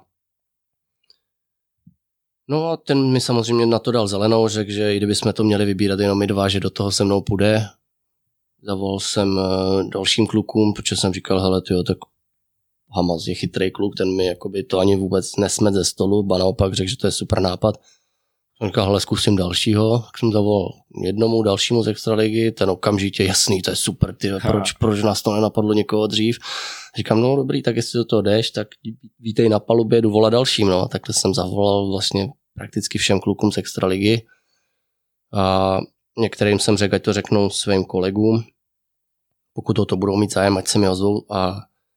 no a ten mi samozřejmě na to dal zelenou, řekl, že i kdybychom to měli vybírat jenom my dva, že do toho se mnou půjde. Zavolal jsem dalším klukům, protože jsem říkal, hele tyjo, tak Hamas je chytrý kluk, ten mi jakoby to ani vůbec nesmet ze stolu, ba naopak řekl, že to je super nápad. Jsem říkal, hele, zkusím dalšího, tak jsem zavolal jednomu, dalšímu z extraligy, ten okamžitě, jasný, to je super, ty, proč, proč nás to nenapadlo někoho dřív. Říkám, no dobrý, tak jestli do toho jdeš, tak vítej na palubě, jdu volat dalším, no. Takhle jsem zavolal vlastně prakticky všem klukům z extraligy. A některým jsem řekl, ať to řeknou svým kolegům, pokud o to budou mít zájem, ať se mi ozvou. A,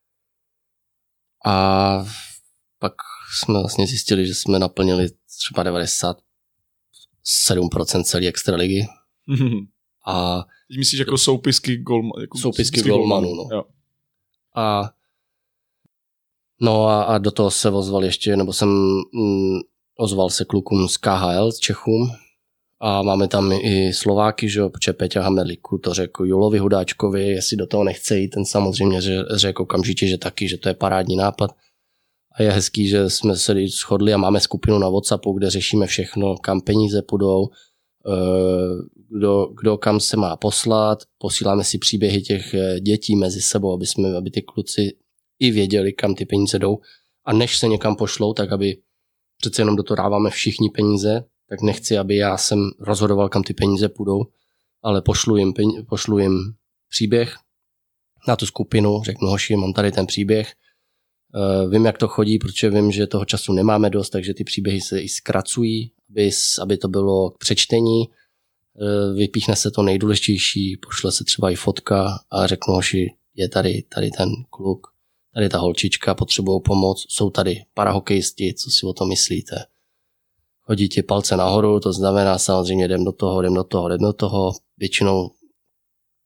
a pak jsme vlastně zjistili, že jsme naplnili třeba devadesát sedm procent celé extraligy.
Mm-hmm.
A
teď myslíš jako soupisky golmanů? Jako
soupisky golmanů, no.
Jo.
A no a, a do toho se ozval ještě, nebo jsem mm, ozval se klukům z K H L, z Čechům. A máme tam i Slováky, že jo, protože Peťa Hamerlíku to řekl Julovi Hudáčkovi, jestli do toho nechce jít, ten samozřejmě řekl okamžitě, že taky, že to je parádní nápad. A je hezký, že jsme se shodli a máme skupinu na WhatsAppu, kde řešíme všechno, kam peníze půjdou, kdo, kdo kam se má poslat, posíláme si příběhy těch dětí mezi sebou, aby, jsme, aby ty kluci i věděli, kam ty peníze jdou. A než se někam pošlou, tak aby přece jenom do toho dáváme všichni peníze, tak nechci, aby já jsem rozhodoval, kam ty peníze půjdou, ale pošlu jim, peníze, pošlu jim příběh na tu skupinu, řeknu hoši, mám tady ten příběh, uh, vím, jak to chodí, protože vím, že toho času nemáme dost, takže ty příběhy se i zkracují, aby, aby to bylo k přečtení, uh, vypíchne se to nejdůležitější, pošle se třeba i fotka a řeknu hoši, je tady, tady ten kluk, tady ta holčička, potřebují pomoc, jsou tady parahokejisti, co si o tom myslíte? Hodí ti palce nahoru, to znamená samozřejmě jdem do toho, jdem do toho, jdem do toho. Většinou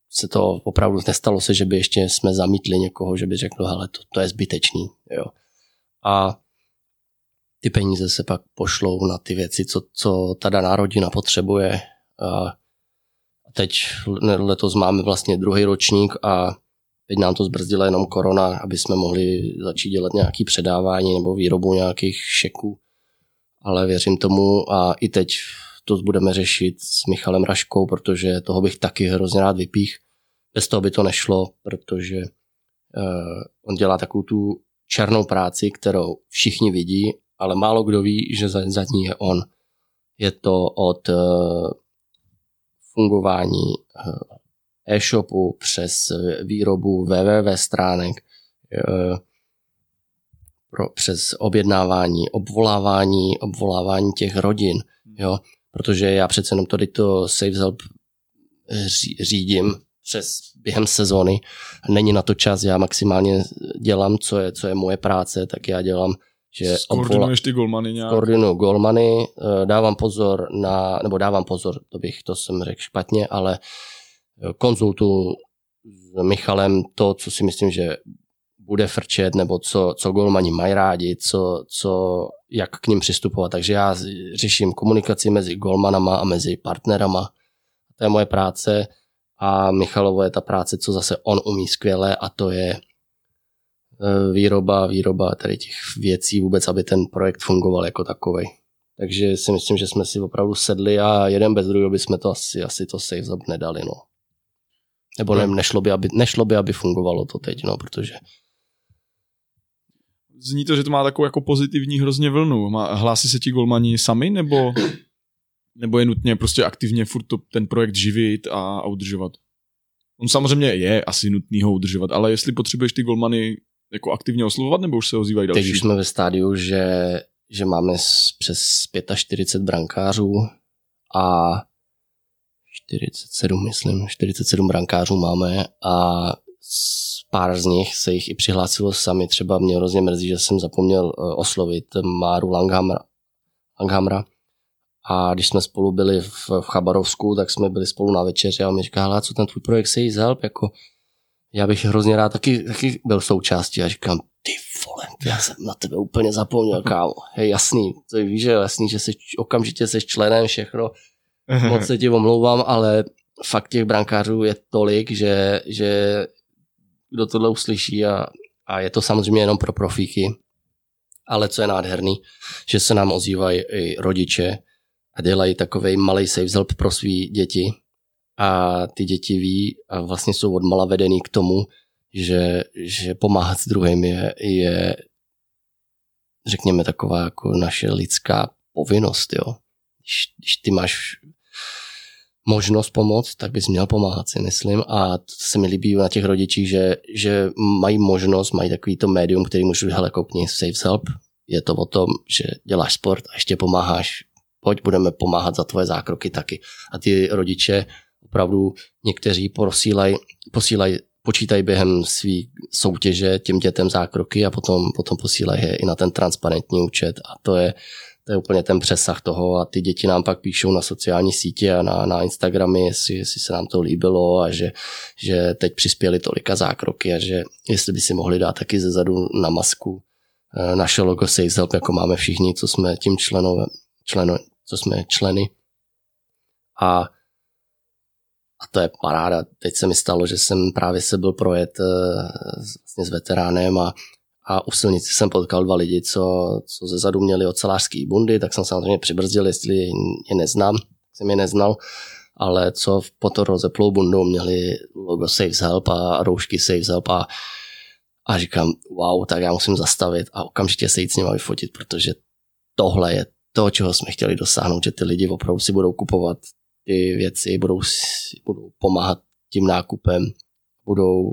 se to opravdu nestalo se, že by ještě jsme zamítli někoho, že by řekl, hele, to, to je zbytečný. Jo. A ty peníze se pak pošlou na ty věci, co, co ta daná rodina potřebuje. A teď letos máme vlastně druhý ročník a teď nám to zbrzdila jenom korona, aby jsme mohli začít dělat nějaké předávání nebo výrobu nějakých šeků. Ale věřím tomu a i teď to budeme řešit s Michalem Raškou, protože toho bych taky hrozně rád vypích. Bez toho by to nešlo, protože uh, on dělá takovou tu černou práci, kterou všichni vidí, ale málo kdo ví, že za, za ní je on. Je to od uh, fungování uh, e-shopu přes výrobu www stránek, uh, pro, přes objednávání, obvolávání, obvolávání těch rodin, jo, protože já přece jenom tady to Saves Help řídím přes během sezóny. Není na to čas, já maximálně dělám, co je, co je moje práce, tak já dělám, že
koordinuješ ty golmany nějak?
Koordinuju golmany, dávám pozor na, nebo dávám pozor, to bych, to jsem řekl špatně, ale konzultuju s Michalem to, co si myslím, že bude frčet, nebo co, co golmani mají rádi, co, co, jak k ním přistupovat. Takže já řeším komunikaci mezi golmanama a mezi partnerama. To je moje práce a Michalovo je ta práce, co zase on umí skvěle a to je výroba, výroba tady těch věcí vůbec, aby ten projekt fungoval jako takovej. Takže si myslím, že jsme si opravdu sedli a jeden bez druhého bychom to asi, asi to Saves Up nedali, no. Nebo ne, nešlo, by, aby, nešlo by, aby fungovalo to teď, no, protože
zní to, že to má takovou jako pozitivní hrozně vlnu. Má, hlásí se ti golmani sami, nebo, nebo je nutně prostě aktivně furt to, ten projekt živit a, a udržovat? On samozřejmě je asi nutný ho udržovat, ale jestli potřebuješ ty golmany jako aktivně oslovovat, nebo už se ozývají další?
Teď už jsme ve stádiu, že, že máme přes čtyřicet pět brankářů a čtyřicet sedm, myslím, čtyřicet sedm brankářů máme a pár z nich se jich i přihlásilo sami. Třeba mě hrozně mrzí, že jsem zapomněl oslovit Máru Langhamra. Langhamra. A když jsme spolu byli v, v Chabarovsku, tak jsme byli spolu na večeři a on mi říká, hele, co ten tvůj projekt Saves Help, jako já bych hrozně rád taky, taky byl součástí a říkám, ty vole, já jsem na tebe úplně zapomněl, kámo. Hej, jasný, to je, víš, že jasný, že jsi, okamžitě jsi členem všechno, moc se ti omlouvám, ale fakt těch brankářů je tolik, že, že kdo tohle uslyší a, a je to samozřejmě jenom pro profíky, ale co je nádherný, že se nám ozývají i rodiče a dělají takovej malej Saves Help pro svý děti a ty děti ví a vlastně jsou odmala vedený k tomu, že, že pomáhat s druhým je, je řekněme taková jako naše lidská povinnost, jo. Když, když ty máš možnost pomoct, tak bys měl pomáhat, si myslím. A to se mi líbí na těch rodičích, že, že mají možnost, mají takový to médium, který můžu, hele, koukni, Saves Help. Je to o tom, že děláš sport a ještě pomáháš. Pojď, budeme pomáhat za tvoje zákroky taky. A ty rodiče opravdu někteří posílají, posílají počítají během svý soutěže těm dětem zákroky a potom, potom posílají je i na ten transparentní účet. A to je To je úplně ten přesah toho a ty děti nám pak píšou na sociální sítě a na, na Instagramy, jestli, jestli se nám to líbilo a že, že teď přispěli tolika zákroky a že jestli by si mohli dát taky zezadu na masku naše logo Saves Help, jako máme všichni, co jsme tím členové, členo, co jsme členy. A, a to je paráda. Teď se mi stalo, že jsem právě se byl projet vlastně s veteránem a A u silnici jsem potkal dva lidi, co, co zezadu měli ocelářský bundy, tak jsem samozřejmě přibrzdil, jestli je neznám, jsem je neznal, ale co pod to rozeplou bundou měli logo Saves Help a roušky Saves Help a, a říkám, wow, tak já musím zastavit a okamžitě se jít s nima vyfotit, protože tohle je to, čeho jsme chtěli dosáhnout, že ty lidi opravdu si budou kupovat ty věci, budou, budou pomáhat tím nákupem, budou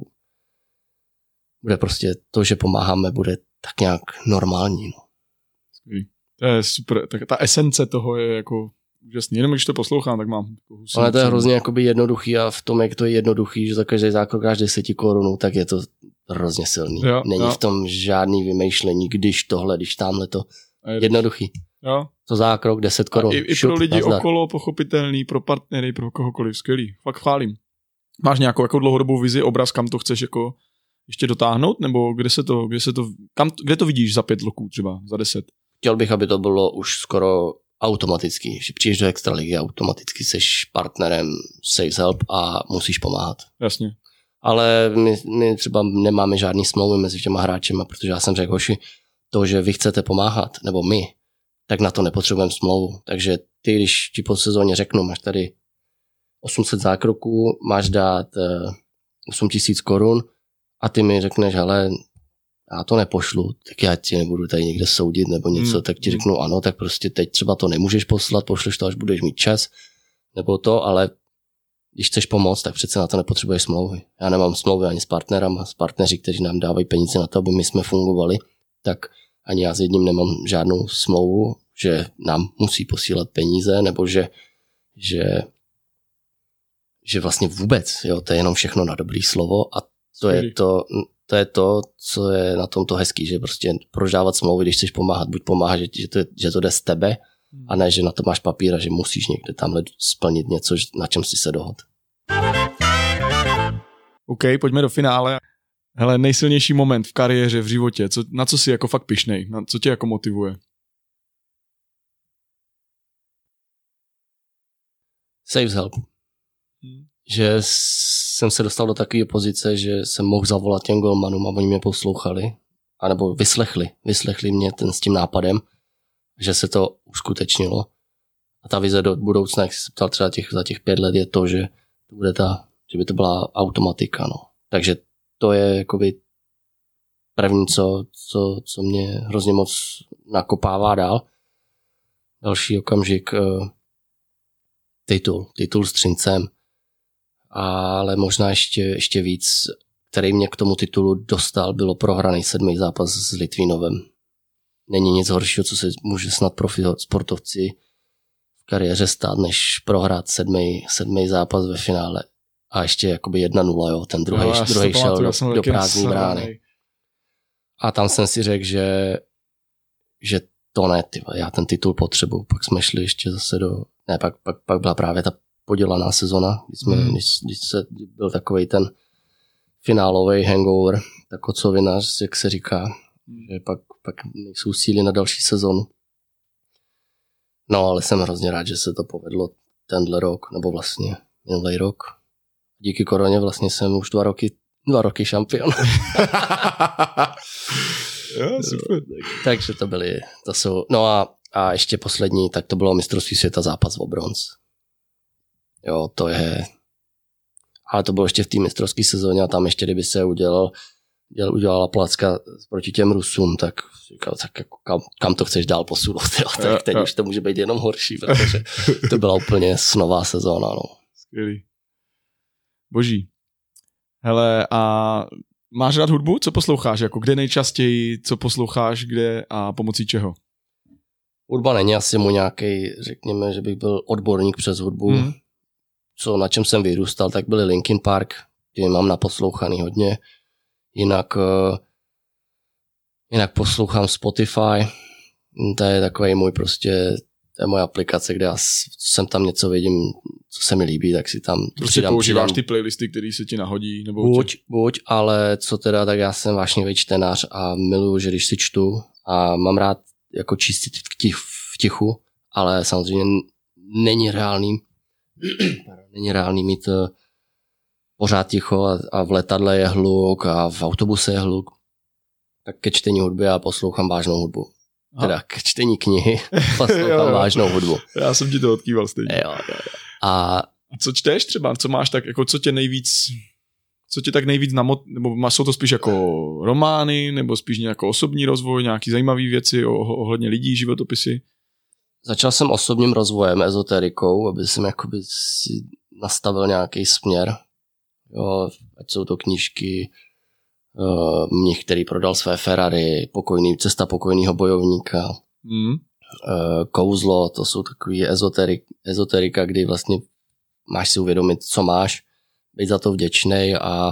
bude prostě to, že pomáháme, bude tak nějak normální. No.
To je super. Tak ta esence toho je jako úžasný. Jenom když to poslouchám, tak mám.
Ale to je hrozně jakoby jednoduchý a v tom, jak to je jednoduchý, že za každý zákrok dáš deset korun, tak je to hrozně silný. Jo, Není jo. v tom žádný vymýšlení, když tohle, když tamhle to. Jednoduchý.
Jo.
To zákrok, deset korun.
I, i pro lidi nazdar. Okolo, pochopitelný, pro partnery, pro kohokoliv. Skvělý. Fakt chválím. Máš nějakou jako dlouhodobou vizi, obraz, kam to chceš jako ještě dotáhnout, nebo kde se to, kde se to, kam, kde to vidíš za pět roků třeba, za deset?
Chtěl bych, aby to bylo už skoro automaticky, že přijdeš do extraligy, automaticky seš partnerem Saves Help a musíš pomáhat.
Jasně.
Ale my, my třeba nemáme žádný smlouvy mezi těma hráčema, protože já jsem řekl, hoši, to, že vy chcete pomáhat, nebo my, tak na to nepotřebujeme smlouvu. Takže ty, když ti po sezóně řeknu, máš tady osm set zákroků, máš dát osm tisíc korun a ty mi řekneš, hele, já to nepošlu, tak já ti nebudu tady někde soudit nebo něco, hmm. tak ti řeknu ano, tak prostě teď třeba to nemůžeš poslat, pošleš to, až budeš mít čas, nebo to, ale když chceš pomoct, tak přece na to nepotřebuješ smlouvy. Já nemám smlouvy ani s partnerama, s partneři, kteří nám dávají peníze na to, aby my jsme fungovali, tak ani já s jedním nemám žádnou smlouvu, že nám musí posílat peníze, nebo že, že, že vlastně vůbec, jo, to je jenom všechno na dobrý slovo a to je to, to je to, co je na tomto hezký, že prostě prodávat smlouvy, když chceš pomáhat, buď pomáhat, že, že, to, že to jde z tebe, a ne, že na to máš papír a že musíš někde tamhle splnit něco, na čem si se dohod.
OK, pojďme do finále. Hele, nejsilnější moment v kariéře, v životě, co, na co jsi jako fakt pyšnej, na co tě jako motivuje?
Saves Help. Hmm. Že jsem se dostal do takové pozice, že jsem mohl zavolat těm golmanům a oni mě poslouchali, anebo vyslechli, vyslechli mě ten s tím nápadem, že se to uskutečnilo. A ta vize do budoucna, jak jsi se ptal třeba těch, za těch pět let, je to, že to bude ta, že by to byla automatika. No. Takže to je jakoby první, co, co, co mě hrozně moc nakopává dál. Další okamžik uh, titul, titul s Třincem, ale možná ještě, ještě víc, který mě k tomu titulu dostal, bylo prohraný sedmý zápas s Litvínovem. Není nic horšího, co se může snad profi sportovci v kariéře stát, než prohrát sedmý, sedmý zápas ve finále. A ještě jakoby jedna nula, jo. Ten druhý, no, druhý šel do, do prázdné brány. A tam jsem si řekl, že, že to ne, tyva, já ten titul potřebuji. Pak jsme šli ještě zase do... Ne, pak, pak, pak byla právě ta podělaná sezona, když, jsme, hmm. když, když se byl takovej ten finálový hangover, ta kocovina, jak se říká, že pak, pak nejsou síly na další sezonu. No, ale jsem hrozně rád, že se to povedlo tenhle rok, nebo vlastně minulý rok. Díky koroně vlastně jsem už dva roky, dva roky šampion.
Jo, super.
Takže to byly, to jsou, no a, a ještě poslední, tak to bylo mistrovství světa zápas o bronz. Jo, to je, ale to bylo ještě v té mistrovské sezóně a tam ještě, kdyby se udělal, děl, udělala placka proti těm Rusům, tak říkal, tak jako kam, kam to chceš dál posunout, jo, tak teď už to může být jenom horší, protože to byla úplně snová sezóna, no.
Skvělý. Boží. Hele, a máš rád hudbu? Co posloucháš? Jako kde nejčastěji, co posloucháš, kde a pomocí čeho?
Hudba není asi mu nějaký, řekněme, že bych byl odborník přes hudbu. Hmm. Co, na čem jsem vyrůstal, tak byly Linkin Park, ty mám naposlouchaný hodně. Jinak, uh, jinak poslouchám Spotify, to je takový můj prostě, to je moje aplikace, kde já jsem tam něco vidím, co se mi líbí, tak si tam
prostě přidám. Používáš přidám, ty playlisty, které se ti nahodí? Nebo
buď, tě... buď, ale co teda, tak já jsem vášnivý čtenář a miluju, že když si čtu a mám rád jako číst v, tich, v tichu, ale samozřejmě není reálný není reálný mít uh, pořád ticho a, a v letadle je hluk a v autobuse je hluk. Tak ke čtení hudby já poslouchám vážnou hudbu. Aha. Teda ke čtení knihy poslouchám vážnou hudbu.
Já jsem ti to odkýval stejně.
Jo, jo, jo. A
A co čteš třeba? Co máš tak, jako co tě nejvíc, co tě tak nejvíc namot, nebo jsou to spíš jako romány, nebo spíš nějaký osobní rozvoj, nějaký zajímavé věci ohledně lidí, životopisy?
Začal jsem osobním rozvojem, ezoterikou, aby jsem jakoby si nastavil nějaký směr. Jo, ať jsou to knížky, uh, mnich, který prodal své Ferrari, pokojný, cesta pokojného bojovníka, mm. uh, kouzlo, to jsou takový ezoterik, ezoterika, kdy vlastně máš si uvědomit, co máš, být za to vděčnej a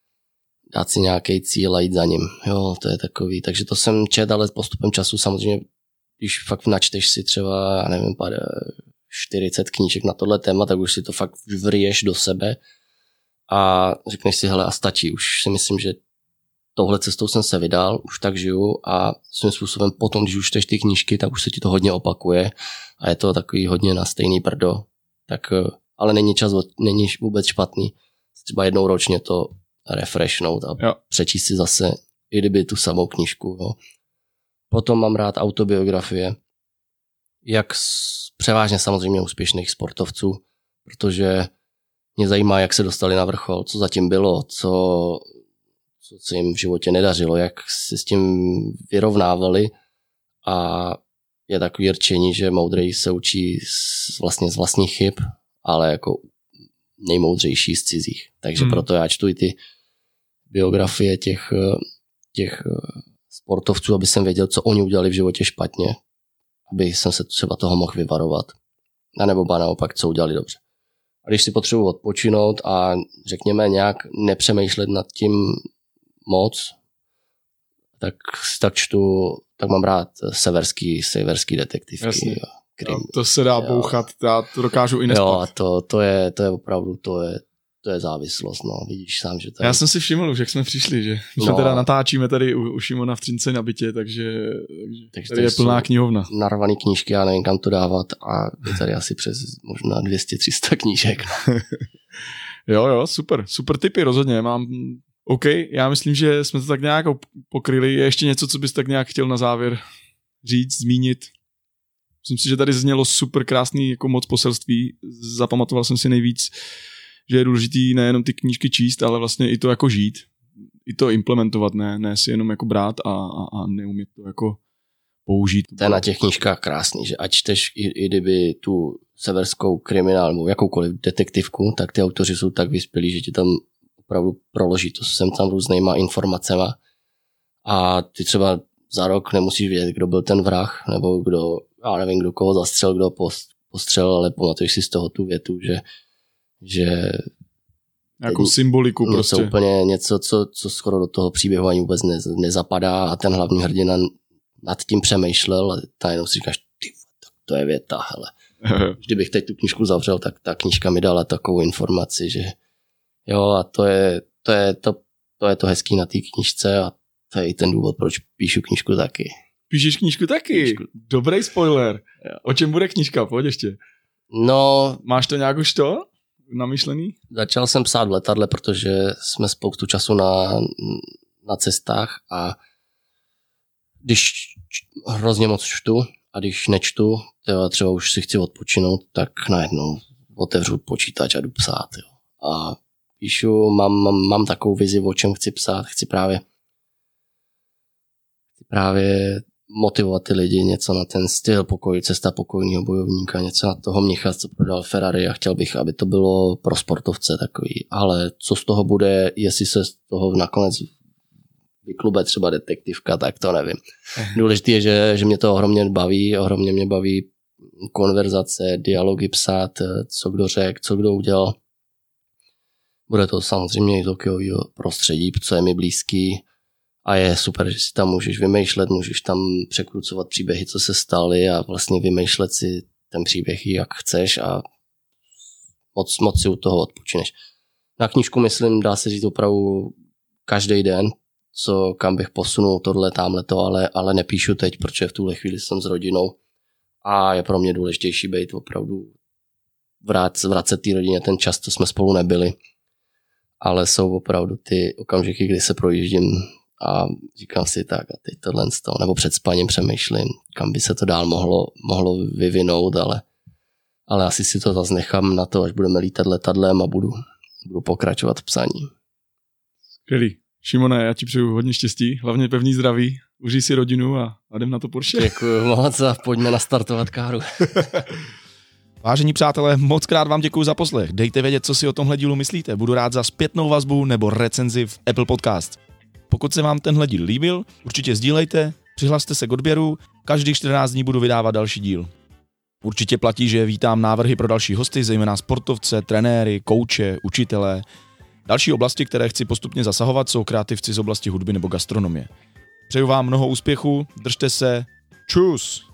dát si nějaký cíl a jít za ním. Jo, to je takový. Takže to jsem čet, ale postupem času samozřejmě, když fakt načteš si třeba, já nevím, čtyřicet knížek na tohle téma, tak už si to fakt vryješ do sebe a řekneš si, hele, a stačí. Už si myslím, že touhle cestou jsem se vydal, už tak žiju a svým způsobem potom, když už čteš ty knížky, tak už se ti to hodně opakuje a je to takový hodně na stejný brdo. Tak, ale není čas, není vůbec špatný. Třeba jednou ročně to refreshnout a jo. přečíst si zase, i kdyby tu samou knížku. Jo. Potom mám rád autobiografie, jak převážně samozřejmě úspěšných sportovců, protože mě zajímá, jak se dostali na vrchol, co zatím bylo, co, co se jim v životě nedařilo, jak se s tím vyrovnávali a je takový rčení, že moudrej se učí z, vlastně z vlastních chyb, ale jako nejmoudřejší z cizích. Takže hmm. proto já čtu i ty biografie těch, těch sportovců, aby jsem věděl, co oni udělali v životě špatně, aby jsem se třeba toho mohl vyvarovat. A nebo ba naopak, co udělali dobře. A když si potřebuji odpočinout a řekněme nějak nepřemýšlet nad tím moc, tak, tak čtu, tak mám rád severský, severský detektivky.
Jasně. Jo, to se dá bouchat, já to dokážu i nespat.
Jo, a to, to, je, to je opravdu, to je, to je závislost, no, vidíš sám, že tady...
Já jsem si všiml už, jak jsme přišli, že my no. teda natáčíme tady u, u Šimona v Třince na bytě, takže, takže tady je plná knihovna.
Narvaný knížky, já nevím, kam to dávat a je tady asi přes možná dvě stě tři sta knížek.
jo, jo, super, super tipy rozhodně, mám... OK, já myslím, že jsme to tak nějak pokryli. Je ještě něco, co bys tak nějak chtěl na závěr říct, zmínit? Myslím si, že tady znělo super krásný jako moc poselství. Zapamatoval jsem si nejvíc, že je důležitý nejenom ty knížky číst, ale vlastně i to jako žít. I to implementovat, ne, ne si jenom jako brát a, a, a neumět to jako použít.
To je na těch knížkách krásný, že ať čteš i, i kdyby tu severskou kriminálnu, jakoukoliv detektivku, tak ty autoři jsou tak vyspělí, že ti tam opravdu proloží to sem tam různýma informacema a ty třeba za rok nemusíš vědět, kdo byl ten vrah, nebo kdo, já nevím, kdo koho zastřel, kdo postřelil, ale pamatuješ si z toho tu větu, že, že
jako symboliku
něco
prostě.
Úplně něco, co, co skoro do toho příběhu ani vůbec ne, nezapadá a ten hlavní hrdina nad tím přemýšlel a ta jenom si říkáš, ty, to je věta, hele. Kdybych teď tu knížku zavřel, tak ta knížka mi dala takovou informaci, že jo, a to je to, je to, to, je to hezký na té knížce a to je i ten důvod, proč píšu knížku taky.
Píšeš knížku taky? Knížku. Dobrý spoiler. Jo. O čem bude knížka? Pojď ještě.
No...
Máš to nějak už to namyšlený?
Začal jsem psát v letadle, protože jsme spoustu času na, na cestách a když hrozně moc čtu a když nečtu, třeba už si chci odpočinout, tak najednou otevřu počítač a jdu psát. Jo. A píšu, mám, mám, mám takovou vizi, o čem chci psát, chci právě chci právě motivovat ty lidi, něco na ten styl pokoj, cesta pokojného bojovníka, něco na toho mnicha, co prodal Ferrari a chtěl bych, aby to bylo pro sportovce takový. Ale co z toho bude, jestli se z toho nakonec vyklube třeba detektivka, tak to nevím. Důležité je, že, že mě to ohromně baví, ohromně mě baví konverzace, dialogy psát, co kdo řekl, co kdo udělal. Bude to samozřejmě i hokejového prostředí, co je mi blízký a je super, že si tam můžeš vymýšlet, můžeš tam překrucovat příběhy, co se staly a vlastně vymýšlet si ten příběh, jak chceš a moc, moc si u toho odpočineš. Na knížku, myslím, dá se říct opravdu každý den, co kam bych posunul tohle, támhleto, ale, ale nepíšu teď, protože v tuhle chvíli jsem s rodinou a je pro mě důležitější být opravdu vrát, vracet té rodině ten čas, co jsme spolu nebyli. Ale jsou opravdu ty okamžiky, kdy se projíždím a říkám si tak a teď tohle z toho, nebo před spaním přemýšlím, kam by se to dál mohlo, mohlo vyvinout, ale, ale asi si to zase nechám na to, až budeme lítat letadlem a budu, budu pokračovat v psaní.
Skvělý. Šimone, já ti přeju hodně štěstí, hlavně pevný zdraví, užij si rodinu a, a jdem na to Porsche.
Děkuji moc a pojďme nastartovat káru.
Vážení přátelé, moc krát vám děkuji za poslech. Dejte vědět, co si o tomhle dílu myslíte. Budu rád za zpětnou vazbu nebo recenzi v Apple Podcast. Pokud se vám tenhle díl líbil, určitě sdílejte, přihlaste se k odběru, každých čtrnáct dní budu vydávat další díl. Určitě platí, že vítám návrhy pro další hosty, zejména sportovce, trenéry, kouče, učitele. Další oblasti, které chci postupně zasahovat, jsou kreativci z oblasti hudby nebo gastronomie. Přeju vám mnoho úspěchu, držte se, čus!